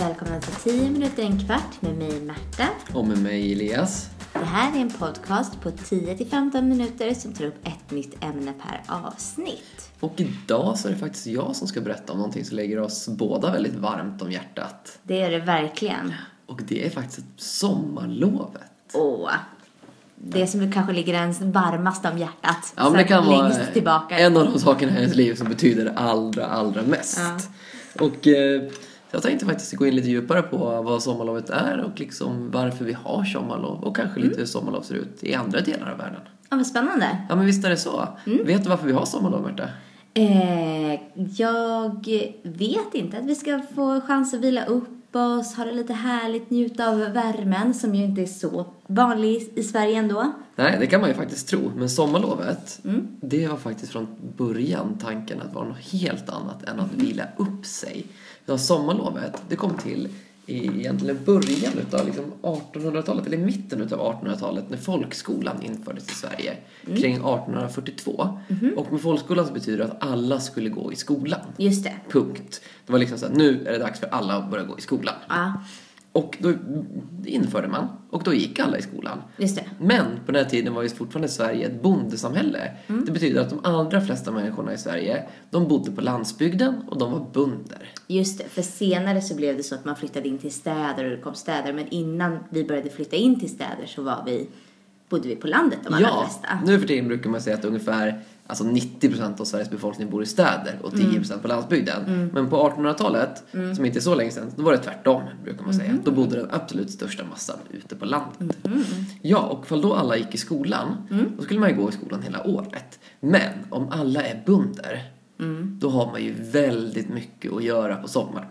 välkomna till 10 minuter en kvart med mig Märta. Och med mig Elias. Det här är en podcast på 10-15 minuter som tar upp ett nytt ämne per avsnitt. Och idag så är det faktiskt jag som ska berätta om någonting som lägger oss båda väldigt varmt om hjärtat. Det är det verkligen. Och det är faktiskt sommarlovet. Det som kanske ligger ens varmast om hjärtat. Ja, men det kan vara tillbaka. En av de sakerna i ens liv som betyder allra mest. Ja. Och jag tänkte faktiskt gå in lite djupare på vad sommarlovet är och liksom varför vi har sommarlov. Och kanske lite hur sommarlov ser ut i andra delar av världen. Ja, vad spännande. Ja, men visst är det så. Vet du varför vi har sommarlov, Märta? Jag vet inte att vi ska få chans att vila upp oss, ha det lite härligt, njuta av värmen som ju inte är så vanlig i Sverige ändå. Nej, det kan man ju faktiskt tro. Men sommarlovet, det var faktiskt från början tanken att vara något helt annat än att vila upp sig. Ja, sommarlovet, det kom till i egentligen början utav liksom 1800-talet, eller mitten utav 1800-talet när folkskolan infördes i Sverige kring 1842. Och med folkskolan så betyder det att alla skulle gå i skolan. Just det. Punkt. Det var liksom så här, nu är det dags för alla att börja gå i skolan. Ja. Och då införde man, och då gick alla i skolan. Just det. Men på den här tiden var ju fortfarande Sverige ett bondesamhälle. Det betyder att de allra flesta människorna i Sverige, de bodde på landsbygden och de var bönder. Just det, för senare så blev det så att man flyttade in till städer och det kom städer. Men innan vi började flytta in till städer så bodde vi på landet, de allra flesta. Nu för tiden brukar man säga att ungefär 90% av Sveriges befolkning bor i städer och 10% på landsbygden. Men på 1800-talet, som inte är så länge sedan, då var det tvärtom, brukar man säga. Då bodde den absolut största massan ute på landet. Ja, och fall då alla gick i skolan, då skulle man ju gå i skolan hela året. Men om alla är bönder, då har man ju väldigt mycket att göra på sommaren.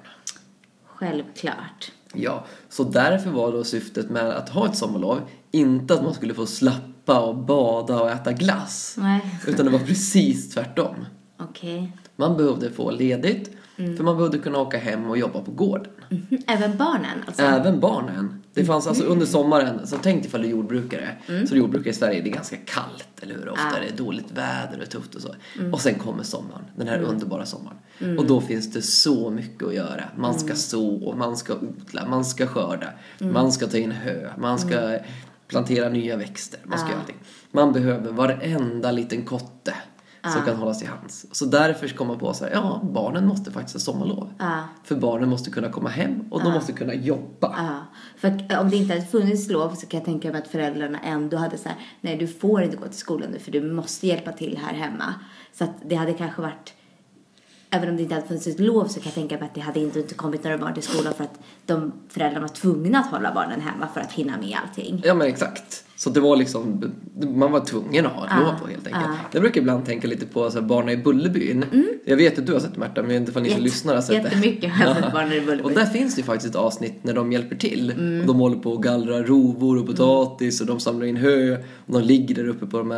Självklart. Ja, så därför var då syftet med att ha ett sommarlov inte att man skulle få slappa och bada och äta glass. Nej. Utan det var precis tvärtom. Okej. Man behövde få ledigt, för man behövde kunna åka hem och jobba på gården. Även barnen alltså? Även barnen. Det fanns alltså under sommaren, så tänk ifall du är jordbrukare. Så jordbrukare i Sverige, det är ganska kallt, eller hur? Ofta är det dåligt väder och tufft och så. Och sen kommer sommaren, den här underbara sommaren. Och då finns det så mycket att göra. Man ska så, man ska odla, man ska skörda, man ska ta in hö, man ska plantera nya växter, man ska göra allting. Man behöver varenda liten kotte som kan hållas i hands. Så därför ska man på så här, barnen måste faktiskt ha sommarlov. För barnen måste kunna komma hem och de måste kunna jobba. För om det inte hade funnits lov så kan jag tänka mig att föräldrarna ändå hade så här, nej du får inte gå till skolan nu för du måste hjälpa till här hemma. Så att det hade kanske varit, även om det inte hade funnits ett lov så kan jag tänka mig att det hade inte kommit några barn till skolan för att de föräldrarna var tvungna att hålla barnen hemma för att hinna med allting. Ja, men exakt. Så det var liksom, man var tvungen att ha ett lov på helt enkelt. Jag brukar ibland tänka lite på så här, Barnen i Bullerbyn. Jag vet att du har sett Märta, men jag vet inte ifall ni som lyssnar har sett det. Jättemycket har jag sett Barnen i Bullerbyn. Och där finns det ju faktiskt ett avsnitt när de hjälper till. Och de håller på att gallra rovor och potatis och de samlar in hö. Och de ligger där uppe på de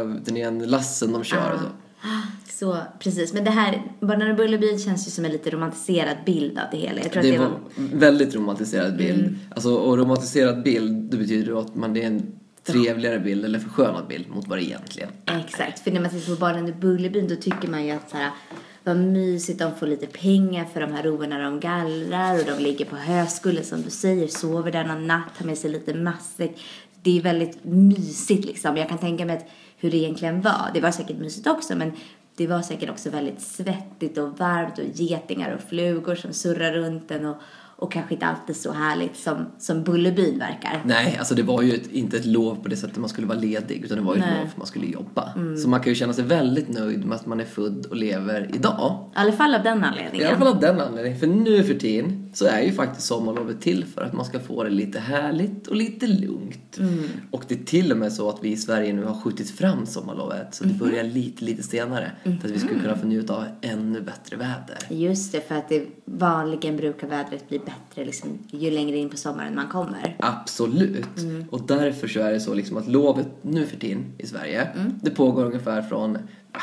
här lassen de kör och så. Så, precis. Men det här, Barnen i Bullerbyn känns ju som en lite romantiserad bild av det hela. Jag tror det att var väldigt romantiserad bild. Alltså, och romantiserad bild, det betyder att det är en trevligare bild eller förskönad bild mot vad det egentligen är. Exakt, för när man tittar på Barnen i Bullerbyn då tycker man ju att så här, vad mysigt, de får lite pengar för de här rovorna de gallrar och de ligger på höskullen som du säger, sover där någon natt, har med sig lite matsäck. Det är väldigt mysigt liksom. Jag kan tänka mig att hur det egentligen var. Det var säkert mysigt också, men det var säkert också väldigt svettigt och varmt och getingar och flugor som surrar runt den och kanske inte alltid så härligt som Bullerbyn verkar. Nej, alltså det var ju inte ett lov på det sättet man skulle vara ledig, utan det var ju ett lov för att man skulle jobba. Så man kan ju känna sig väldigt nöjd med att man är född och lever idag. I alla fall av den anledningen. I alla fall av den anledningen, för nu för tiden så är ju faktiskt sommarlovet till för att man ska få det lite härligt och lite lugnt. Och det är till och med så att vi i Sverige nu har skjutit fram sommarlovet, så det börjar lite senare för att vi skulle kunna få njuta av ännu bättre väder. Just det, för att det vanligen brukar vädret bli bättre liksom, ju längre in på sommaren man kommer. Absolut. Och därför så är det så liksom att lovet nu för tiden i Sverige, det pågår ungefär från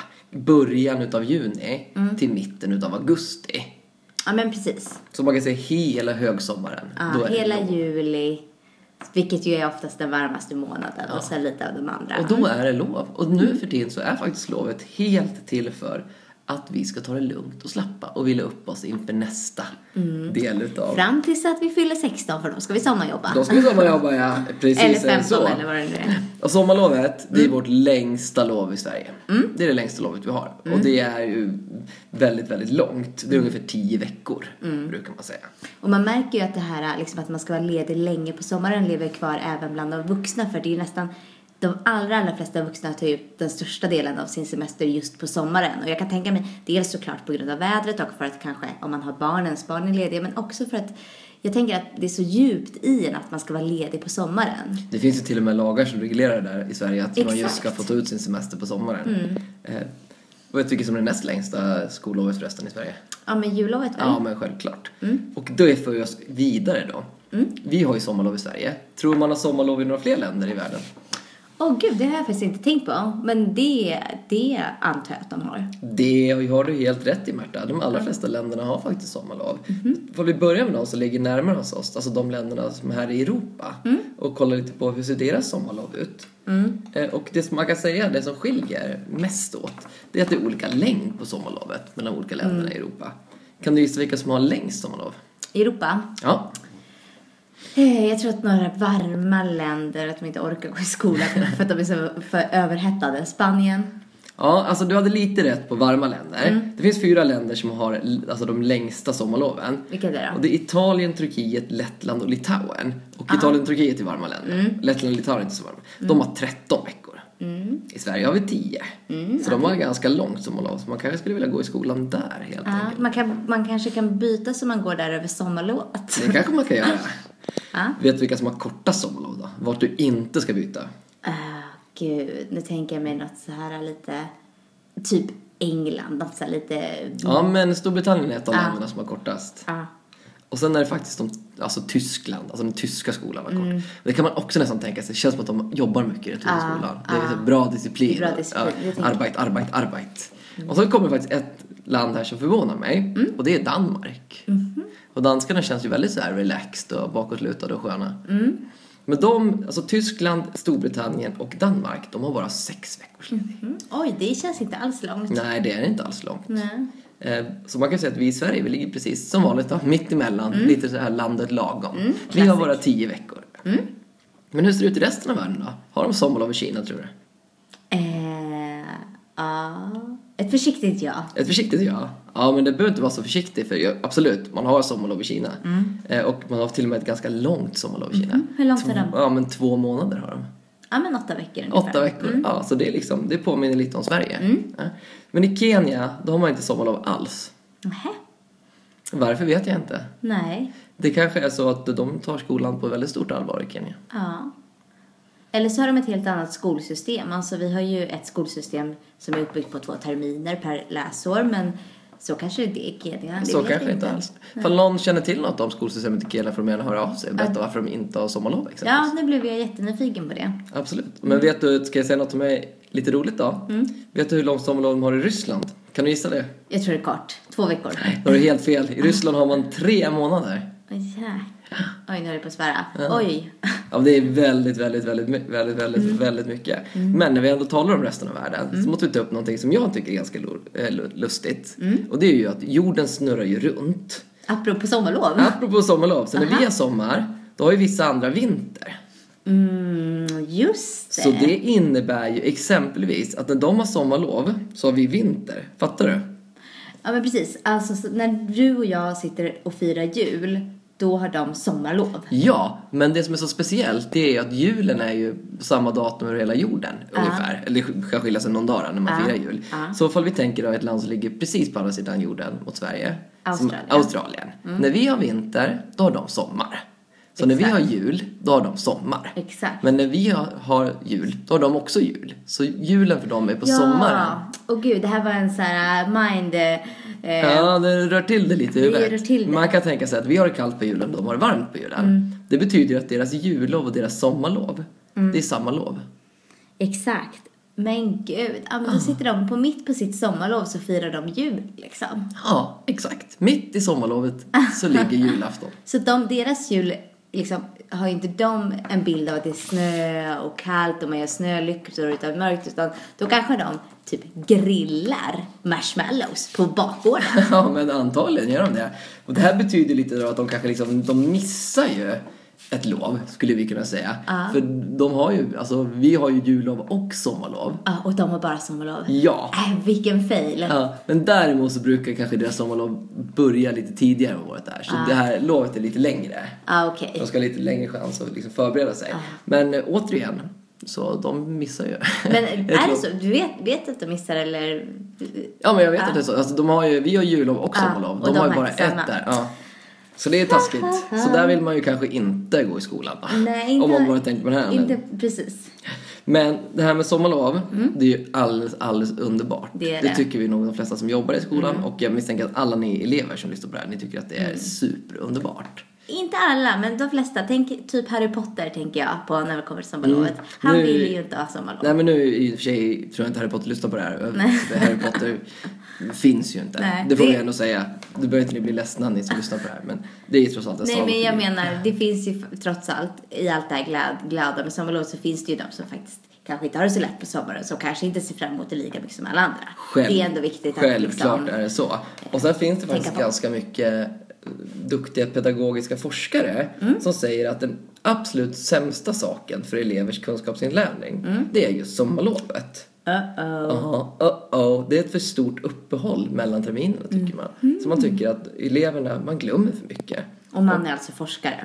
början utav juni till mitten utav augusti. Ja, men precis. Så man kan säga hela högsommaren. Ja, hela juli, vilket ju är oftast den varmaste månaden och sen lite av de andra. Och då är det lov. Och nu för tiden så är faktiskt lovet helt till för att vi ska ta det lugnt och slappa och vila upp oss inför nästa del utav... Fram tills att vi fyller 16, för då ska vi sommarjobba. Då ska vi sommarjobba, ja. Precis. Eller 15 så. eller vad det nu är. Och sommarlovet, det är vårt längsta lov i Sverige. Det är det längsta lovet vi har. Och det är ju väldigt, väldigt långt. Det är ungefär 10 veckor, brukar man säga. Och man märker ju att det här liksom, att man ska vara ledig länge på sommaren lever kvar även bland de vuxna. För det är ju nästan de allra flesta vuxna tar ut den största delen av sin semester just på sommaren. Och jag kan tänka mig, dels såklart på grund av vädret och för att kanske om man har barn är lediga. Men också för att jag tänker att det är så djupt i en att man ska vara ledig på sommaren. Det finns ju till och med lagar som reglerar det där i Sverige. Att man just ska få ta ut sin semester på sommaren. Och jag tycker som det näst längsta skollovet förresten i Sverige. Ja, men jullovet väl? Ja, men självklart. Och då för vi oss vidare då. Vi har ju sommarlov i Sverige. Tror man har sommarlov i några fler länder i världen? Gud, det har jag faktiskt inte tänkt på. Men det antar jag att de har. Det har du helt rätt i, Märta. De allra flesta länderna har faktiskt sommarlov. Får vi börja med de som ligger närmare hos oss, alltså de länderna som är här i Europa, och kolla lite på hur ser deras sommarlov ut. Och det som man kan säga, det som skiljer mest åt, det är att det är olika längd på sommarlovet mellan olika länderna i Europa. Kan du gissa vilka som har längst sommarlov? I Europa? Ja. Jag tror att några varma länder, att de inte orkar gå i skolan för att de är så för överhettade. Spanien. Ja, alltså du hade lite rätt på varma länder. Det finns 4 länder som har alltså de längsta sommarloven. Vilka är det då? Och det är Italien, Turkiet, Lettland och Litauen. Och Italien och Turkiet är varma länder. Lettland och Litauen är inte så varma. De har 13 veckor. I Sverige har vi 10. Så de har ganska långt sommarlov. Så man kanske skulle vilja gå i skolan där helt enkelt. Man kanske kan byta så man går där över sommarlovet. Det kanske man kan göra. Vet du vilka som har korta sommarlov då? Vart du inte ska byta? Gud, nu tänker jag mig något så här lite typ England, något så här lite... Ja, men Storbritannien är ett av länderna som har kortast. Och sen är det faktiskt Tyskland, alltså den tyska skolan har kort. Det kan man också nästan tänka sig. Det känns som att de jobbar mycket i den tyska skolan. Det är så bra disciplin. Bra disciplin. Arbete. Och så kommer faktiskt ett land här som förvånar mig. Och det är Danmark. Och danskarna känns ju väldigt så här relaxed och bakåtlutade och sköna. Men alltså Tyskland, Storbritannien och Danmark, de har bara 6 veckors ledighet. Oj, det känns inte alls långt. Nej, det är inte alls långt. Nej. Så man kan säga att vi i Sverige, vi ligger precis som vanligt då, mitt emellan, lite så här landet lagom. Vi har bara 10 veckor. Men hur ser det ut i resten av världen då? Har de sommarlov i Kina, tror du? Ett försiktigt ja. Ett försiktigt ja. Ja, men det behöver inte vara så försiktigt, för absolut, man har sommarlov i Kina. Och man har till och med ett ganska långt sommarlov i Kina. Hur långt är de? Ja, men 2 månader har de. Ja, men 8 veckor ungefär. 8 veckor, ja, så det är liksom, det påminner lite om Sverige. Ja. Men i Kenya, då har man inte sommarlov alls. Nähä. Varför vet jag inte. Nej. Det kanske är så att de tar skolan på väldigt stort allvar i Kenya. Ja. Eller så har de ett helt annat skolsystem. Alltså vi har ju ett skolsystem som är uppbyggt på 2 terminer per läsår. Men så kanske det är Kenya. Så kanske inte alls. För någon känner till något om skolsystemet i Kenya får de gärna höra av sig. Berätta varför de inte har sommarlov exempelvis. Ja, nu blev jag jättenyfiken på det. Absolut. Men vet du, ska jag säga något som är lite roligt då? Vet du hur långt sommarlov de har i Ryssland? Kan du gissa det? Jag tror det är kort. 2 veckor. Då är det helt fel. I Ryssland har man 3 månader. Oj, nu är det på att svära. Oj. Ja, det är väldigt mycket. Men när vi ändå talar om resten av världen så måste vi ta upp någonting som jag tycker är ganska lustigt. Och det är ju att jorden snurrar ju runt. Apropå sommarlov. Apropå sommarlov. Så när vi har sommar, då har ju vissa andra vinter. Just det. Så det innebär ju exempelvis att när de har sommarlov så har vi vinter. Fattar du? Ja, men precis. Alltså när du och jag sitter och firar jul, då har de sommarlov. Ja, men det som är så speciellt, det är att julen är ju samma datum över hela jorden ungefär. Eller det kan skilja sig någon dag när man firar jul. Så ifall vi tänker då ett land som ligger precis på andra sidan jorden mot Sverige. Australien. När vi har vinter, då har de sommar. Så när vi har jul, då har de sommar. Exakt. Men när vi har jul, då har de också jul. Så julen för dem är på sommaren. Och gud, det här var en så här mind... Ja, det rör till det lite i huvudet. Man kan tänka sig att vi har det kallt på julen, de har det varmt på julen. Det betyder att deras jullov och deras sommarlov, det är samma lov. Exakt. Men gud, då sitter de mitt på sitt sommarlov så firar de jul liksom. Ja, exakt. Mitt i sommarlovet så ligger julafton. Så deras jul liksom har inte de en bild av att det är snö och kallt och man gör snölyktor utan mörkt, utan då kanske de typ grillar marshmallows på bakgården. Ja, men antagligen gör de det. Och det här betyder lite då att de kanske liksom, de missar ju ett lov, skulle vi kunna säga. För de har ju, alltså vi har ju jullov och sommarlov. Ja, och de har bara sommarlov. Ja. Vilken fail. Ja, men däremot så brukar kanske deras sommarlov börja lite tidigare än året där. Så det här lovet är lite längre. Okej. De ska ha lite längre chans att liksom förbereda sig. Men återigen, så de missar ju. Men är det så? Du vet att de missar eller? Ja, men jag vet att det är så. Alltså, vi har jullov och sommarlov. De har ju bara ett där. Ja. Så det är taskigt. Så där vill man ju kanske inte gå i skolan. Nej, inte. Om man bara tänker på det här. Inte precis. Men det här med sommarlov, det är ju alldeles underbart. Det tycker vi nog de flesta som jobbar i skolan. Och jag misstänker att alla ni elever som lyssnar på det här, ni tycker att det är superunderbart. Inte alla, men de flesta. Tänk typ Harry Potter, tänker jag på när vi kommer till sommarlovet. Han vill ju inte ha sommarlov. Nej, men nu i och för sig tror jag inte Harry Potter lyssnar på det här. Harry Potter finns ju inte. Nej, det får jag ändå säga. Du behöver inte bli ledsna ni som lyssnar på det här. Men det är ju trots allt en Nej, men jag menar, det finns ju trots allt i allt det här glada med sommarlov, så finns det ju de som faktiskt kanske inte har det så lätt på sommaren, som kanske inte ser fram emot det lika mycket som alla andra. Det är ändå viktigt att självklart är det så. Och sen finns det faktiskt ganska mycket duktiga pedagogiska forskare som säger att den absolut sämsta saken för elevers kunskapsinlärning det är just sommarlovet. Det är ett för stort uppehåll mellan terminerna, tycker man. Så man tycker att eleverna, man glömmer för mycket. Och man är alltså forskare.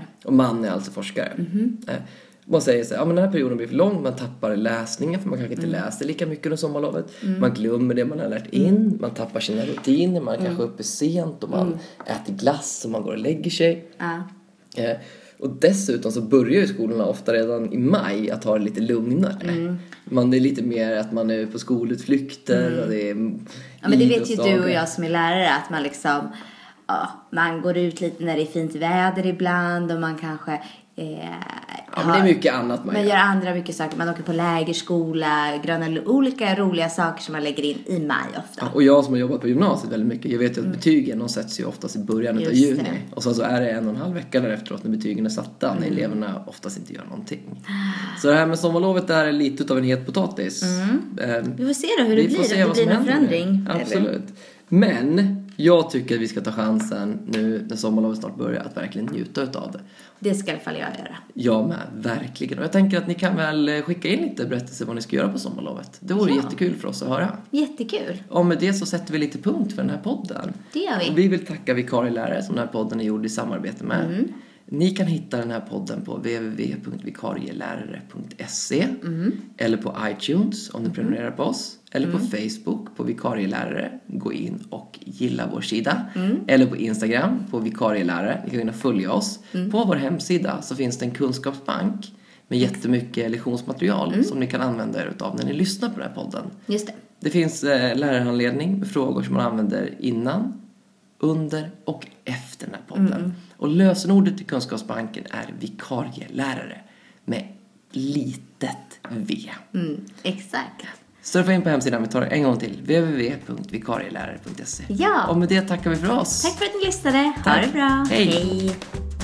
Man säger så här, men den här perioden blir för lång, man tappar läsningen för man kanske inte läser lika mycket under sommarlovet. Man glömmer det man har lärt in, man tappar sina rutiner, man kanske är uppe sent och man äter glass och man går och lägger sig. Och dessutom så börjar ju skolorna ofta redan i maj att ha det lite lugnare. Det är lite mer att man är på skolutflykter och det är men det vet ju du och jag som är lärare, att man liksom man går ut lite när det är fint väder ibland, och man kanske men det är mycket annat man gör andra mycket saker. Man åker på lägerskola, olika roliga saker som man lägger in i maj ofta. Och jag som har jobbat på gymnasiet väldigt mycket, jag vet ju att betygen, de sätts ju oftast i början av juni. Och så är det 1,5 vecka därefter när betygen är satta, när eleverna oftast inte gör någonting. Så det här med sommarlovet är lite av en het potatis. Vi får se då hur det blir, om det blir någon förändring. Absolut. Men jag tycker att vi ska ta chansen nu när sommarlovet snart börjar att verkligen njuta av det. Det ska i alla fall jag göra. Ja, men verkligen. Och jag tänker att ni kan väl skicka in lite berättelser vad ni ska göra på sommarlovet. Det vore jättekul för oss att höra. Jättekul. Och med det så sätter vi lite punkt för den här podden. Det gör vi. Och vi vill tacka vikarielärare som den här podden är gjord i samarbete med. Ni kan hitta den här podden på www.vikarielärare.se eller på iTunes om ni prenumererar på oss. Eller på Facebook på vikarielärare. Gå in och gilla vår sida. Eller på Instagram på vikarielärare. Ni kan kunna följa oss. På vår hemsida så finns det en kunskapsbank med jättemycket lektionsmaterial som ni kan använda er utav när ni lyssnar på den här podden. Just det. Det finns lärarhandledning med frågor som man använder innan, under och efter den här podden. Och lösenordet till kunskapsbanken är vikarielärare med litet v. Exakt. Surfa in på hemsidan, vi tar det en gång till. www.vikarielärare.se. Ja. Och med det tackar vi för oss. Tack för att ni lyssnade. Ha det bra. Hej. Hej.